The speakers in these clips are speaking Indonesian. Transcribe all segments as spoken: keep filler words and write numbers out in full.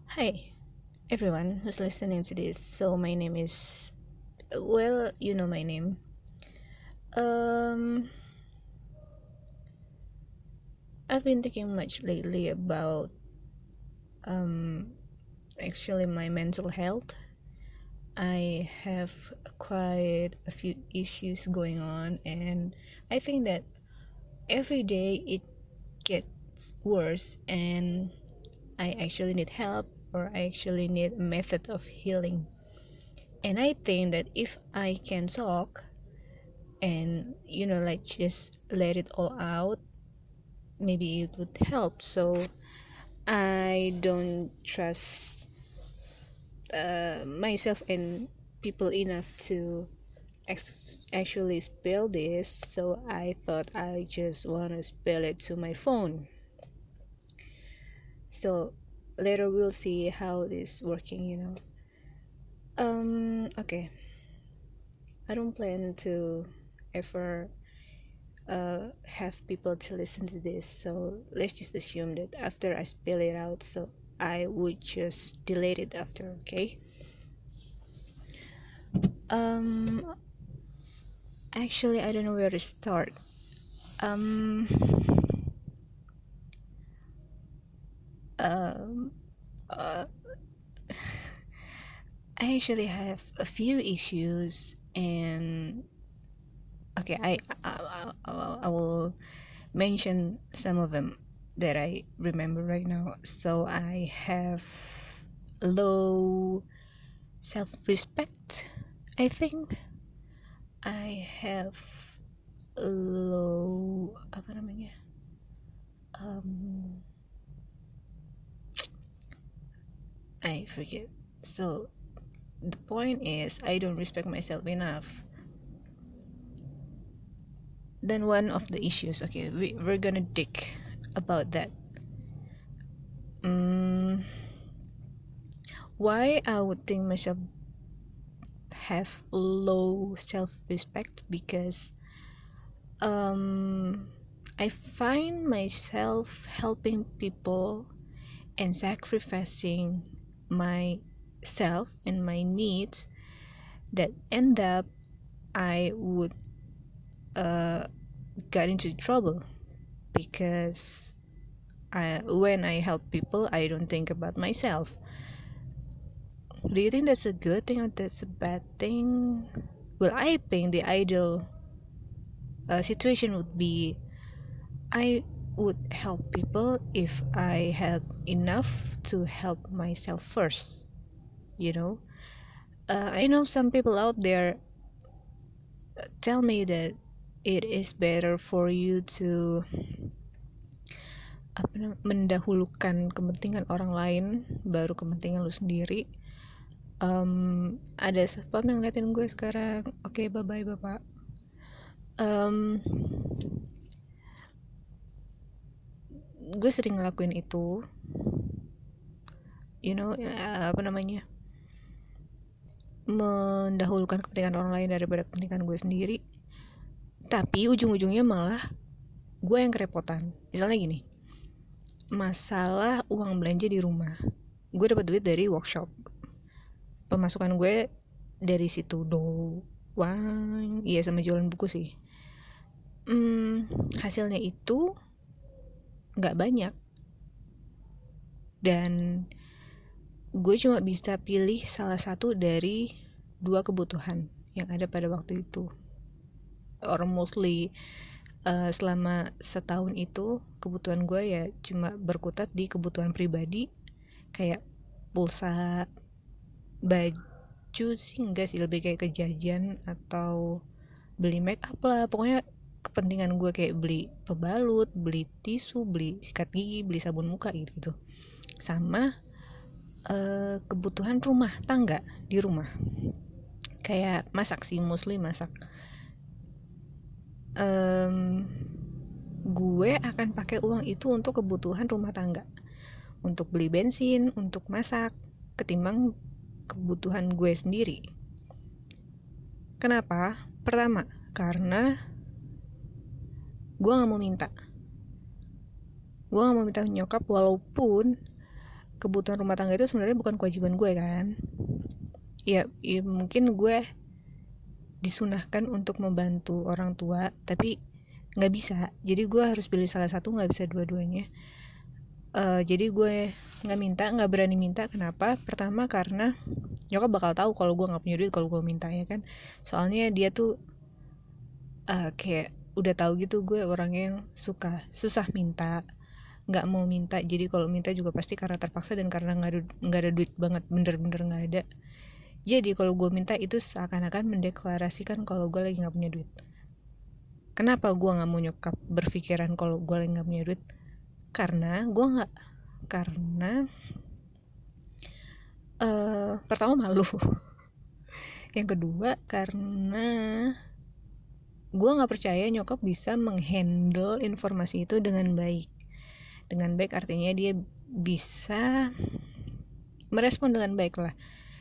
Hi, everyone who's listening to this. So, my name is, well, you know my name. Um, I've been thinking much lately about, um, actually my mental health. I have quite a few issues going on, and I think that every day it gets worse, and I actually need help, or I actually need a method of healing. And I think that if I can talk and you know like just let it all out, maybe it would help. So I don't trust uh, myself and people enough to ex- actually spill this, so I thought I just want to spill it to my phone. So later we'll see how this working you know um okay, I don't plan to ever uh, have people to listen to this. So let's just assume that after I spill it out, so I would just delete it after, okay? Um, Actually, I don't know where to start. Um, um, uh, I actually have a few issues, and okay, I I, I, I will mention some of them that I remember right now. So I have low self-respect. I think I have low apa namanya um I forget. So the point is I don't respect myself enough. Then one of the issues, okay, we, we're gonna dig about that. Mm, why I would think myself have low self-respect? Because um I find myself helping people and sacrificing myself and my needs, that end up I would uh, get into trouble. Because I, when I help people, I don't think about myself. Do you think that's a good thing or that's a bad thing? Well, I think the ideal uh, situation would be I would help people if I had enough to help myself first. You know, uh, I know some people out there tell me that it is better for you to apa namanya, mendahulukan kepentingan orang lain baru kepentingan lu sendiri. Um, ada satpam yang ngeliatin gue sekarang. Oke, okay, bye bye bapak. Um, gue sering ngelakuin itu, you know, uh, apa namanya, mendahulukan kepentingan orang lain daripada kepentingan gue sendiri. Tapi ujung-ujungnya malah gue yang kerepotan. Misalnya gini, masalah uang belanja di rumah, gue dapat duit dari workshop, pemasukan gue dari situ doang, iya, sama jualan buku sih. Hmm, hasilnya itu nggak banyak, dan gue cuma bisa pilih salah satu dari dua kebutuhan yang ada pada waktu itu, or mostly uh, selama setahun itu kebutuhan gue ya cuma berkutat di kebutuhan pribadi, kayak pulsa, baju sih enggak sih, lebih kayak ke jajan atau beli make up lah. Pokoknya kepentingan gue kayak beli pembalut, beli tisu, beli sikat gigi, beli sabun muka gitu gitu. Sama uh, kebutuhan rumah tangga di rumah, kayak masak sih, mostly masak. um, gue akan pakai uang itu untuk kebutuhan rumah tangga, untuk beli bensin, untuk masak, ketimbang kebutuhan gue sendiri. Kenapa? Pertama, karena gue gak mau minta. Gue gak mau minta nyokap, walaupun kebutuhan rumah tangga itu sebenarnya bukan kewajiban gue kan. Ya, ya mungkin gue disunahkan untuk membantu orang tua, tapi nggak bisa. Jadi gue harus pilih salah satu, nggak bisa dua-duanya. Uh, jadi gue nggak minta, nggak berani minta. Kenapa? Pertama karena nyokap bakal tahu kalau gue nggak punya duit kalau gue minta, ya kan. Soalnya dia tuh uh, kayak udah tahu gitu gue orang yang suka susah minta, nggak mau minta. Jadi kalau minta juga pasti karena terpaksa dan karena nggak ada nggak ada duit banget, bener-bener nggak ada. Jadi kalau gue minta itu seakan-akan mendeklarasikan kalau gue lagi nggak punya duit. Kenapa gue nggak mau nyokap berpikiran kalau gue lagi nggak punya duit? Karena gue nggak, karena uh, pertama malu. Yang kedua karena gue nggak percaya nyokap bisa menghandle informasi itu dengan baik. Dengan baik artinya dia bisa merespon dengan baik lah.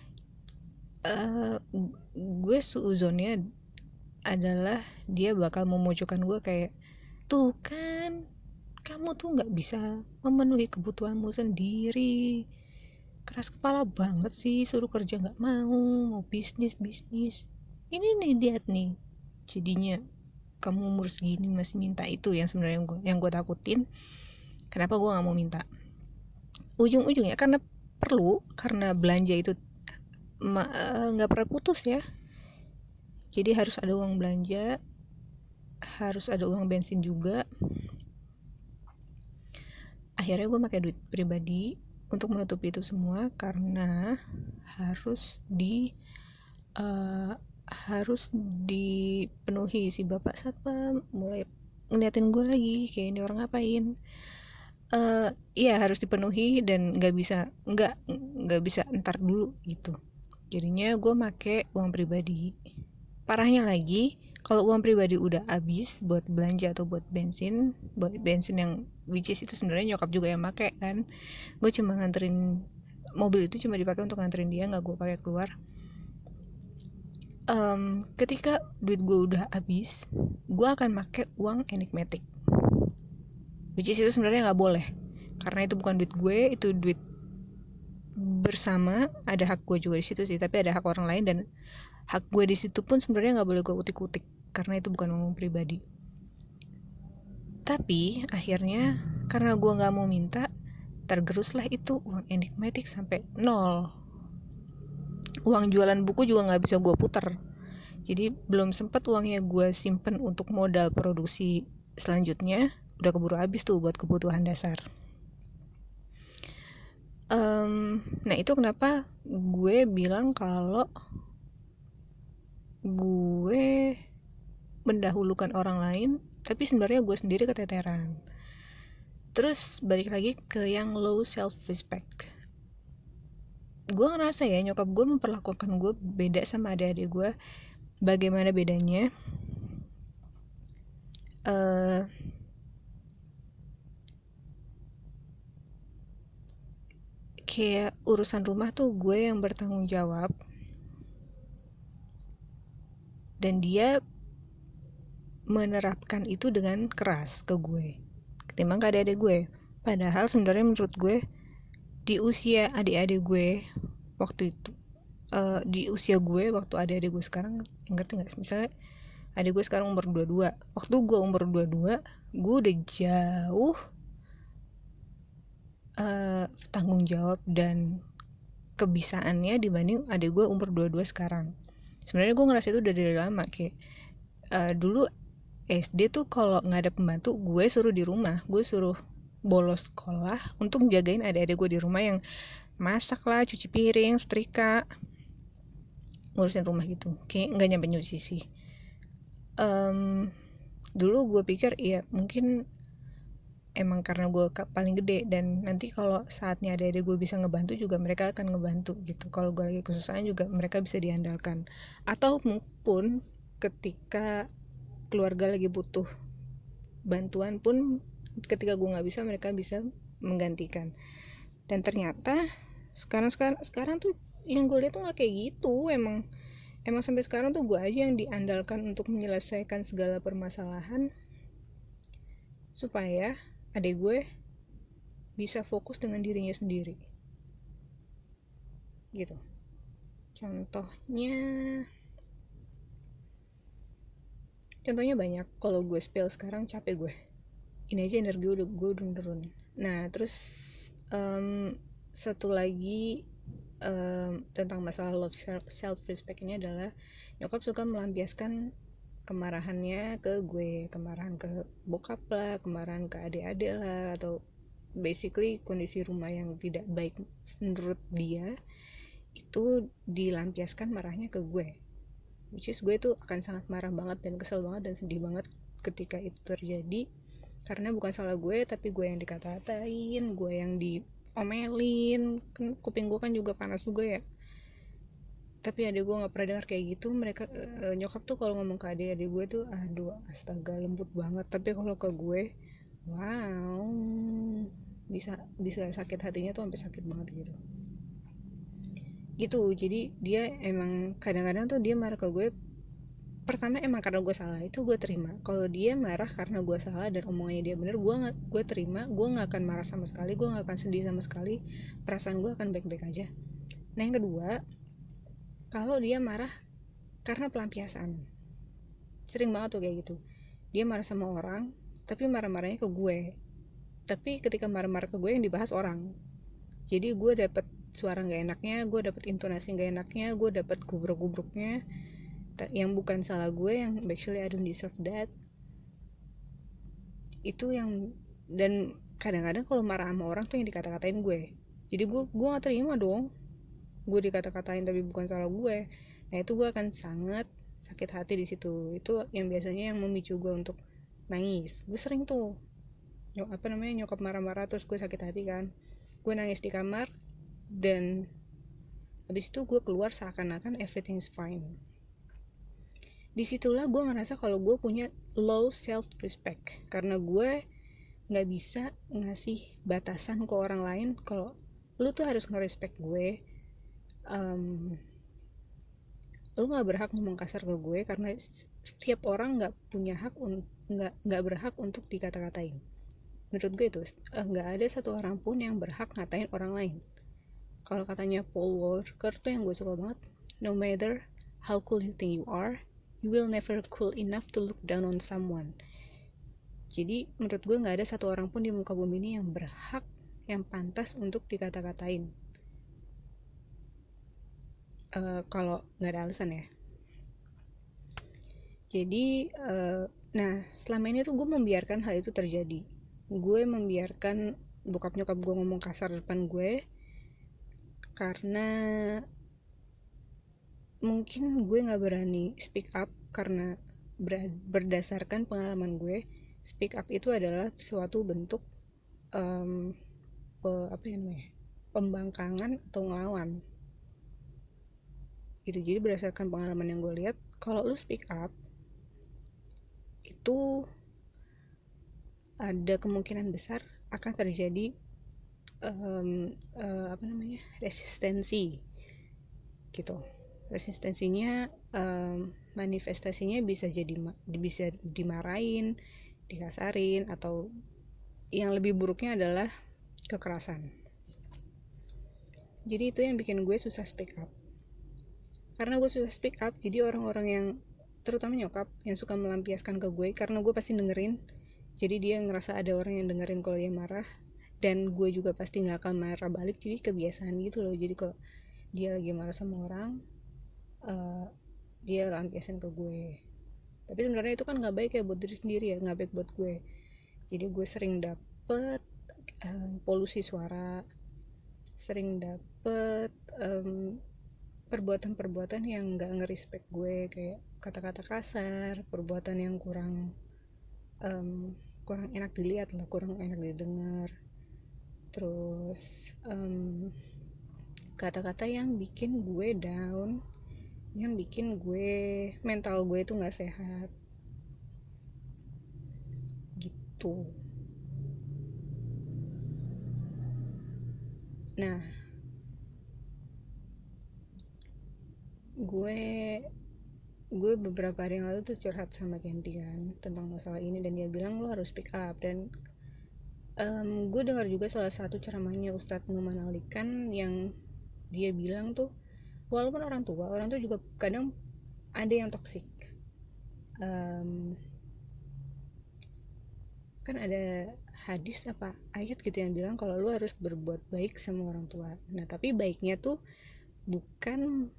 Uh, gue suuzonnya adalah dia bakal memojokkan gue kayak, tuh kan kamu tuh nggak bisa memenuhi kebutuhanmu sendiri, keras kepala banget sih, suruh kerja nggak mau, mau bisnis bisnis ini nih lihat nih, jadinya kamu umur segini masih minta itu. Yang sebenarnya gue yang gue takutin, kenapa gue nggak mau minta ujung-ujungnya karena perlu, karena belanja itu nggak uh, pernah putus ya. Jadi harus ada uang belanja, harus ada uang bensin juga. Akhirnya gue pakai duit pribadi untuk menutupi itu semua karena harus di uh, harus dipenuhi. Si bapak satpam mulai ngeliatin gue lagi kayak ini orang ngapain. Uh, iya harus dipenuhi dan nggak bisa nggak nggak bisa ntar dulu gitu. Jadinya gue pakai uang pribadi. Parahnya lagi, kalau uang pribadi udah habis buat belanja atau buat bensin, buat bensin yang which is itu sebenarnya nyokap juga yang pakai kan. Gue cuma nganterin, mobil itu cuma dipakai untuk nganterin dia, nggak gue pakai keluar. Um, ketika duit gue udah habis, gue akan pakai uang enigmatic. Which is itu sebenarnya nggak boleh, karena itu bukan duit gue, itu duit bersama. Ada hak gue juga di situ sih, tapi ada hak orang lain dan hak gue di situ pun sebenarnya nggak boleh gue utik-utik karena itu bukan uang pribadi. Tapi akhirnya karena gue nggak mau minta, tergeruslah itu uang enigmatic sampai nol. Uang jualan buku juga nggak bisa gue putar. Jadi belum sempat uangnya gue simpen untuk modal produksi selanjutnya, udah keburu habis tuh buat kebutuhan dasar. Um, nah itu kenapa gue bilang kalau gue mendahulukan orang lain, tapi sebenarnya gue sendiri keteteran. Terus balik lagi ke yang low self respect. Gue ngerasa ya nyokap gue memperlakukan gue beda sama adik-adik gue. Bagaimana bedanya? Uh, kayak urusan rumah tuh gue yang bertanggung jawab, dan dia menerapkan itu dengan keras ke gue ketimbang ke adik-adik gue. Padahal sebenarnya menurut gue di usia adik-adik gue waktu itu, uh, di usia gue waktu adik-adik gue sekarang, ngerti nggak? Misalnya adik gue sekarang umur dua puluh dua, waktu gue umur dua puluh dua gue udah jauh uh, tanggung jawab dan kebisaannya dibanding adik gue umur dua puluh dua sekarang. Sebenarnya gue ngerasa itu udah dari lama, kayak uh, dulu S D tuh kalau nggak ada pembantu gue suruh di rumah, gue suruh bolos sekolah untuk jagain adik-adik gue di rumah yang masak lah, cuci piring, setrika, ngurusin rumah gitu. Kayak nggak nyampe nyuci sih. Um, dulu gue pikir ya mungkin emang karena gue paling gede dan nanti kalau saatnya adik-adik gue bisa ngebantu juga mereka akan ngebantu gitu. Kalau gue lagi kesusahan juga mereka bisa diandalkan. Atau pun ketika keluarga lagi butuh bantuan pun, ketika gue nggak bisa mereka bisa menggantikan. Dan ternyata sekarang sekarang sekarang tuh yang gue lihat tuh nggak kayak gitu. Emang emang sampai sekarang tuh gue aja yang diandalkan untuk menyelesaikan segala permasalahan supaya adik gue bisa fokus dengan dirinya sendiri. gitu. Contohnya contohnya banyak. Kalau gue spill sekarang capek gue, ini aja energi udah gue udah turun. Nah terus um, satu lagi um, tentang masalah love self respect ini adalah nyokap suka melampiaskan kemarahannya ke gue, kemarahan ke bokap lah, kemarahan ke adik-adik lah, atau basically kondisi rumah yang tidak baik menurut dia itu dilampiaskan marahnya ke gue, which is gue tuh akan sangat marah banget dan kesel banget dan sedih banget ketika itu terjadi, karena bukan salah gue tapi gue yang dikata-katain, gue yang diomelin, kan kuping gue kan juga panas juga ya. Tapi adik gue nggak pernah dengar kayak gitu. Mereka uh, nyokap tuh kalau ngomong ke adik-adik gue tuh aduh astaga lembut banget, tapi kalau ke gue wow bisa bisa sakit hatinya tuh sampai sakit banget gitu gitu. Jadi dia emang kadang-kadang tuh dia marah ke gue pertama emang karena gue salah, itu gue terima. Kalau dia marah karena gue salah dan omongannya dia bener, gue nggak gue terima, gue nggak akan marah sama sekali, gue nggak akan sedih sama sekali, perasaan gue akan baik-baik aja. Nah yang kedua, kalau dia marah karena pelampiasan, sering banget tuh kayak gitu. Dia marah sama orang tapi marah-marahnya ke gue, tapi ketika marah-marah ke gue yang dibahas orang, jadi gue dapet suara nggak enaknya, gue dapet intonasi nggak enaknya, gue dapet gubruk-gubruknya yang bukan salah gue, yang actually I don't deserve that. Itu yang, dan kadang-kadang kalau marah sama orang tuh yang dikata-katain gue, jadi gue gue nggak terima dong, gue dikata-katain tapi bukan salah gue. Nah itu gue akan sangat sakit hati di situ. Itu yang biasanya yang memicu gue untuk nangis. Gue sering tuh nyok apa namanya nyokap marah-marah terus gue sakit hati kan, gue nangis di kamar dan habis itu gue keluar seakan-akan everything's fine. Disitulah gue ngerasa kalau gue punya low self respect, karena gue nggak bisa ngasih batasan ke orang lain kalau lu tuh harus nge-respect gue, um, lu nggak berhak ngomong kasar ke gue karena setiap orang nggak punya hak nggak nggak berhak untuk dikata-katain. Menurut gue itu nggak ada satu orang pun yang berhak ngatain orang lain. Kalau katanya Paul Walker tuh yang gue suka banget, no matter how cool you think you are, you will never cool enough to look down on someone. Jadi menurut gue nggak ada satu orang pun di muka bumi ini yang berhak, yang pantas untuk dikata-katain. Uh, kalau nggak ada alasan ya. Jadi, uh, nah selama ini tuh gue membiarkan hal itu terjadi. Gue membiarkan bokap nyokap gue ngomong kasar depan gue karena mungkin gue nggak berani speak up, karena berdasarkan pengalaman gue, speak up itu adalah suatu bentuk um, pe, apa ya namanya pembangkangan atau ngelawan gitu. Jadi berdasarkan pengalaman yang gue lihat, kalau lu speak up itu ada kemungkinan besar akan terjadi um, uh, apa namanya resistensi gitu. Resistensinya um, manifestasinya bisa jadi bisa dimarahin, dikasarin, atau yang lebih buruknya adalah kekerasan. Jadi itu yang bikin gue susah speak up. Karena gue susah speak up, jadi orang-orang yang terutama nyokap yang suka melampiaskan ke gue, karena gue pasti dengerin, jadi dia ngerasa ada orang yang dengerin kalau dia marah, dan gue juga pasti nggak akan marah balik, jadi kebiasaan gitu loh. Jadi kalau dia lagi marah sama orang, uh, dia lampiasin ke gue, tapi sebenarnya itu kan nggak baik ya buat diri sendiri ya, nggak baik buat gue. Jadi gue sering dapet uh, polusi suara, sering dapet um, perbuatan-perbuatan yang nggak nge-respect gue, kayak kata-kata kasar, perbuatan yang kurang um, kurang enak dilihat lah, kurang enak didengar, terus um, kata-kata yang bikin gue down, yang bikin gue mental gue itu nggak sehat gitu. Nah gue gue beberapa hari yang lalu tuh curhat sama Kenti kan tentang masalah ini, dan dia bilang lo harus speak up. Dan um, gue dengar juga salah satu ceramahnya Ustadz Numan Alikan yang dia bilang tuh, walaupun orang tua orang tua juga kadang ada yang toksik. um, kan ada hadis apa ayat gitu yang bilang kalau lu harus berbuat baik sama orang tua. Nah tapi baiknya tuh bukan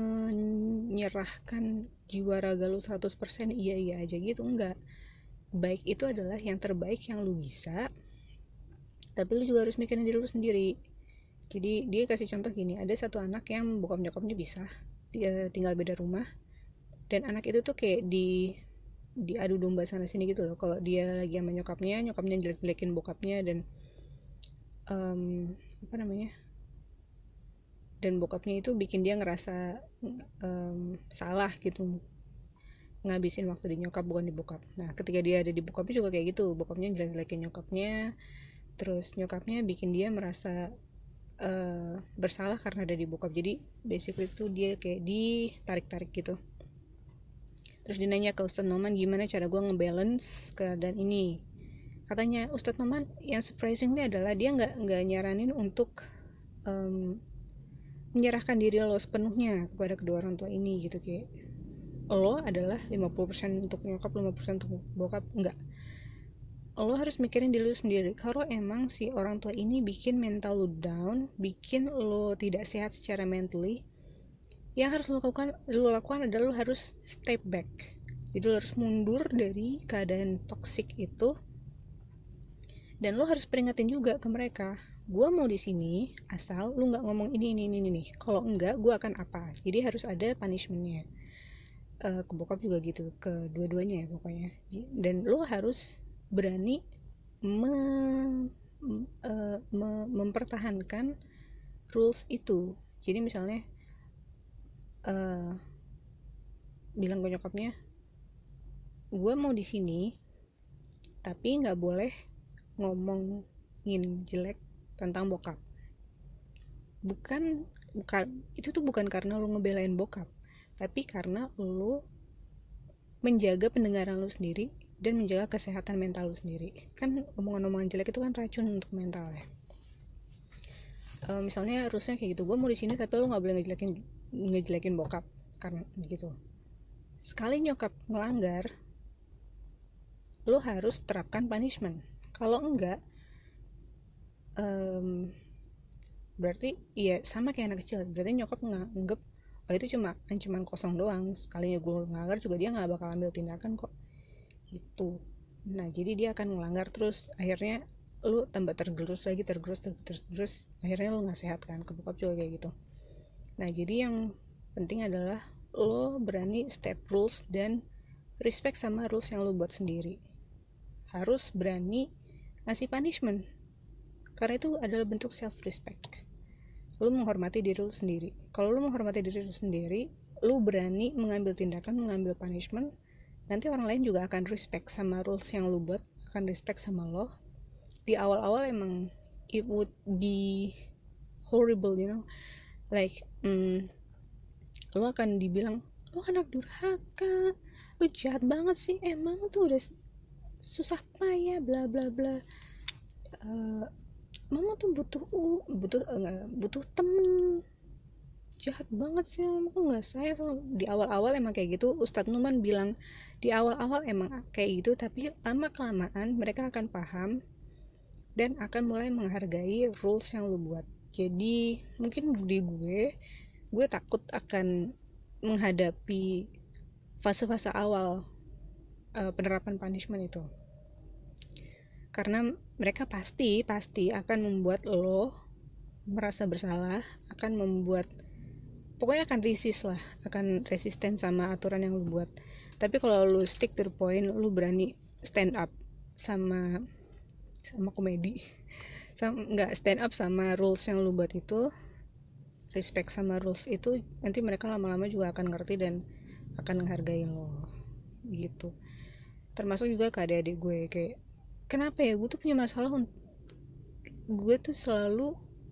menyerahkan jiwa raga lu seratus persen iya iya aja gitu, enggak. Baik itu adalah yang terbaik yang lu bisa, tapi lu juga harus mikirin diri lu sendiri. Jadi dia kasih contoh gini, ada satu anak yang bokap nyokapnya pisah, dia tinggal beda rumah, dan anak itu tuh kayak di diadu domba sana sini gitu loh. Kalau dia lagi sama nyokapnya, nyokapnya jelek-jelekin bokapnya, dan um, apa namanya, dan bokapnya itu bikin dia ngerasa um, salah gitu, ngabisin waktu di nyokap bukan di bokap. Nah ketika dia ada di bokapnya juga kayak gitu, bokapnya jelek-jelekin nyokapnya, terus nyokapnya bikin dia merasa uh, bersalah karena ada di bokap. Jadi basically itu dia kayak ditarik-tarik gitu. Terus dia nanya ke Ustadz Noman, gimana cara gue ngebalance keadaan ini. Katanya Ustadz Noman yang surprisingly adalah dia nggak nggak nyaranin untuk um, menyerahkan diri lo sepenuhnya kepada kedua orang tua ini gitu, kayak lo adalah lima puluh persen untuk nyokap, lima puluh persen untuk bokap. Enggak, lo harus mikirin diri lo sendiri. Kalau emang si orang tua ini bikin mental lo down, bikin lo tidak sehat secara mentally, yang harus lo lakukan lo lakukan adalah lo harus step back. Jadi lo harus mundur dari keadaan toksik itu, dan lo harus peringatin juga ke mereka, gue mau di sini asal lo nggak ngomong ini ini ini nih. Kalau enggak, gue akan apa. Jadi harus ada punishmentnya. Uh, ke bokap juga gitu, ke dua-duanya ya pokoknya. Dan lo harus berani mem, uh, mem, mempertahankan rules itu. Jadi misalnya uh, bilang ke nyokapnya, gue mau di sini tapi nggak boleh ngomongin jelek tentang bokap. Bukan, bukan itu tuh bukan karena lo ngebelain bokap, tapi karena lo menjaga pendengaran lo sendiri dan menjaga kesehatan mental lo sendiri. Kan omongan-omongan jelek itu kan racun untuk mental ya. Uh, misalnya harusnya kayak gitu, gue mau di sini tapi lo nggak boleh ngejelekin ngejelekin bokap karena begitu. Sekali nyokap ngelanggar, lo harus terapkan punishment. Kalau enggak, um, berarti ya sama kayak anak kecil. Berarti nyokap nganggep oh itu cuma ancaman kosong doang, sekalinya gue ngelanggar juga dia nggak bakal ambil tindakan kok gitu. Nah jadi dia akan ngelanggar terus, akhirnya lu tambah tergerus lagi, tergerus tergerus terus, akhirnya lu nggak sehat kan. Ke bokap juga kayak gitu. Nah jadi yang penting adalah lo berani step rules dan respect sama rules yang lo buat sendiri. Harus berani ngasih punishment, karena itu adalah bentuk self respect. Lu menghormati diri lu sendiri. Kalau lu menghormati diri lu sendiri, lu berani mengambil tindakan, mengambil punishment, nanti orang lain juga akan respect sama rules yang lu buat, akan respect sama lo. Di awal-awal emang it would be horrible, you know, like mm, lu akan dibilang lu anak durhaka, lu jahat banget sih, emang tuh udah susah payah bla bla bla, uh, mama tuh butuh uh, butuh enggak uh, butuh temen, jahat banget sih mama tuh nggak sayang sama. Di awal-awal emang kayak gitu. Ustadz Numan bilang di awal-awal emang kayak gitu, tapi lama kelamaan mereka akan paham dan akan mulai menghargai rules yang lu buat. Jadi mungkin di gue gue takut akan menghadapi fase-fase awal uh, penerapan punishment itu, karena mereka pasti pasti akan membuat lo merasa bersalah, akan membuat pokoknya akan resist lah, akan resisten sama aturan yang lo buat. Tapi kalau lo stick to the point, lo berani stand up sama sama komedi, sama nggak stand up sama rules yang lo buat itu, respect sama rules itu, nanti mereka lama-lama juga akan ngerti dan akan menghargai lo gitu. Termasuk juga ke adik-adik gue, kayak kenapa ya gue tuh punya masalah, gue tuh selalu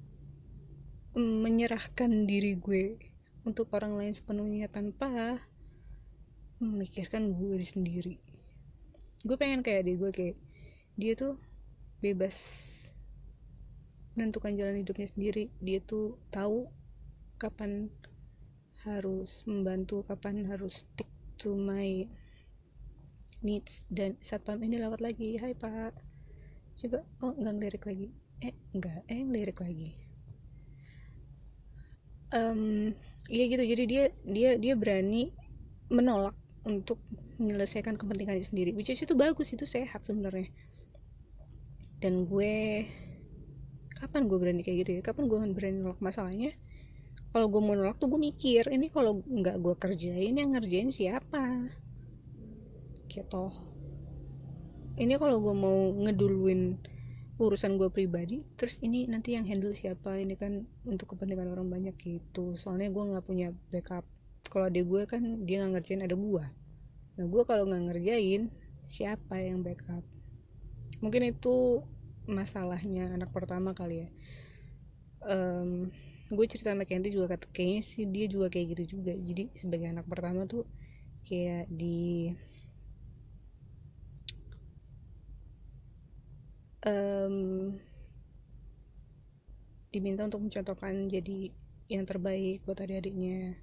menyerahkan diri gue untuk orang lain sepenuhnya tanpa memikirkan gue sendiri. Gue pengen kayak adik gue, kayak dia tuh bebas menentukan jalan hidupnya sendiri. Dia tuh tahu kapan harus membantu, kapan harus stick to my needs. Dan satpam ini lewat lagi, hai pak, coba, oh nggak ngelirik lagi, eh enggak, eh ngelirik lagi. Um, ya gitu, jadi dia dia dia berani menolak untuk menyelesaikan kepentingannya sendiri, which is itu bagus, itu sehat sebenarnya. Dan gue, kapan gue berani kayak gitu ya, kapan gue berani nolak? Masalahnya kalau gue mau nolak tuh gue mikir, ini kalau nggak gue kerjain, yang ngerjain siapa gitu. Ini kalau gue mau ngeduluin urusan gue pribadi, terus ini nanti yang handle siapa, ini kan untuk kepentingan orang banyak gitu. Soalnya gue nggak punya backup. Kalau adik gue kan dia nggak ngerjain, ada gue. Nah gue kalau nggak ngerjain, siapa yang backup? Mungkin itu masalahnya anak pertama kali ya. um, gue cerita sama Kenti juga, kayaknya sih dia juga kayak gitu juga. Jadi sebagai anak pertama tuh kayak di um, diminta untuk mencontohkan jadi yang terbaik buat adik-adiknya.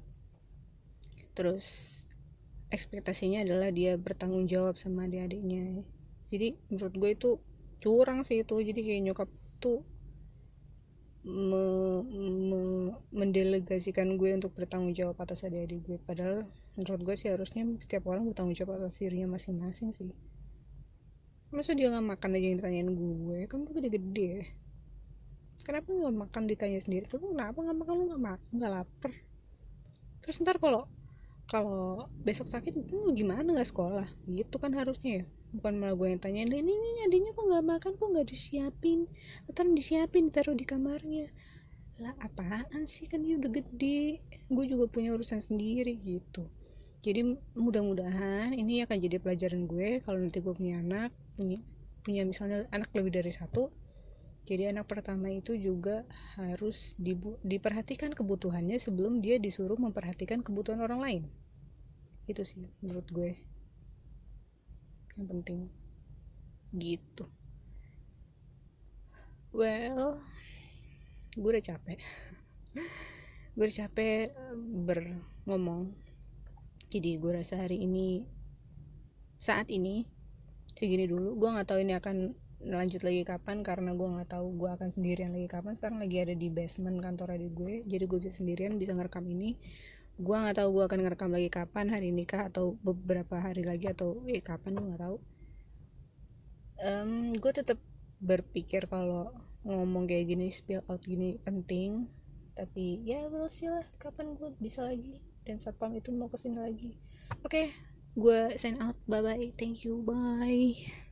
Terus ekspektasinya adalah dia bertanggung jawab sama adik-adiknya. Jadi menurut gue itu curang sih itu. Jadi kayak nyokap tuh me, me, mendelegasikan gue untuk bertanggung jawab atas adik-adik gue. Padahal menurut gue sih harusnya setiap orang bertanggung jawab atas dirinya masing-masing sih. Masa dia nggak makan aja yang ditanyain gue? Kan gue gede-gede. Kenapa nggak makan ditanya sendiri? Lu kenapa nggak makan? Lu nggak makan? Nggak lapar? Terus ntar kalau kalau besok sakit lu gimana, nggak sekolah gitu kan harusnya ya, bukan malah gue yang tanyain, ini ini adiknya kok nggak makan, kok nggak disiapin, atau disiapin ditaruh di kamarnya. Lah apaan sih, kan dia udah gede, gue juga punya urusan sendiri gitu. Jadi mudah-mudahan ini akan jadi pelajaran gue kalau nanti gue punya anak, punya punya misalnya anak lebih dari satu. Jadi anak pertama itu juga harus dibu- diperhatikan kebutuhannya sebelum dia disuruh memperhatikan kebutuhan orang lain. Itu sih menurut gue yang penting gitu. Well, gue udah capek. Gue udah capek berngomong. Jadi gue rasa hari ini, saat ini segini dulu. Gue nggak tahu ini akan lanjut lagi kapan, karena gue nggak tahu gue akan sendirian lagi kapan. Sekarang lagi ada di basement kantor adik gue, jadi gue bisa sendirian bisa ngerekam ini. Gue nggak tahu gue akan ngerekam lagi kapan, hari ini kah atau beberapa hari lagi atau eh kapan, gue nggak tahu. Um, gue tetap berpikir kalau ngomong kayak gini, spill out gini penting, tapi ya we'll see lah kapan gue bisa lagi dan satpam itu mau kesini lagi. Oke, okay, gue sign out, bye bye, thank you, bye.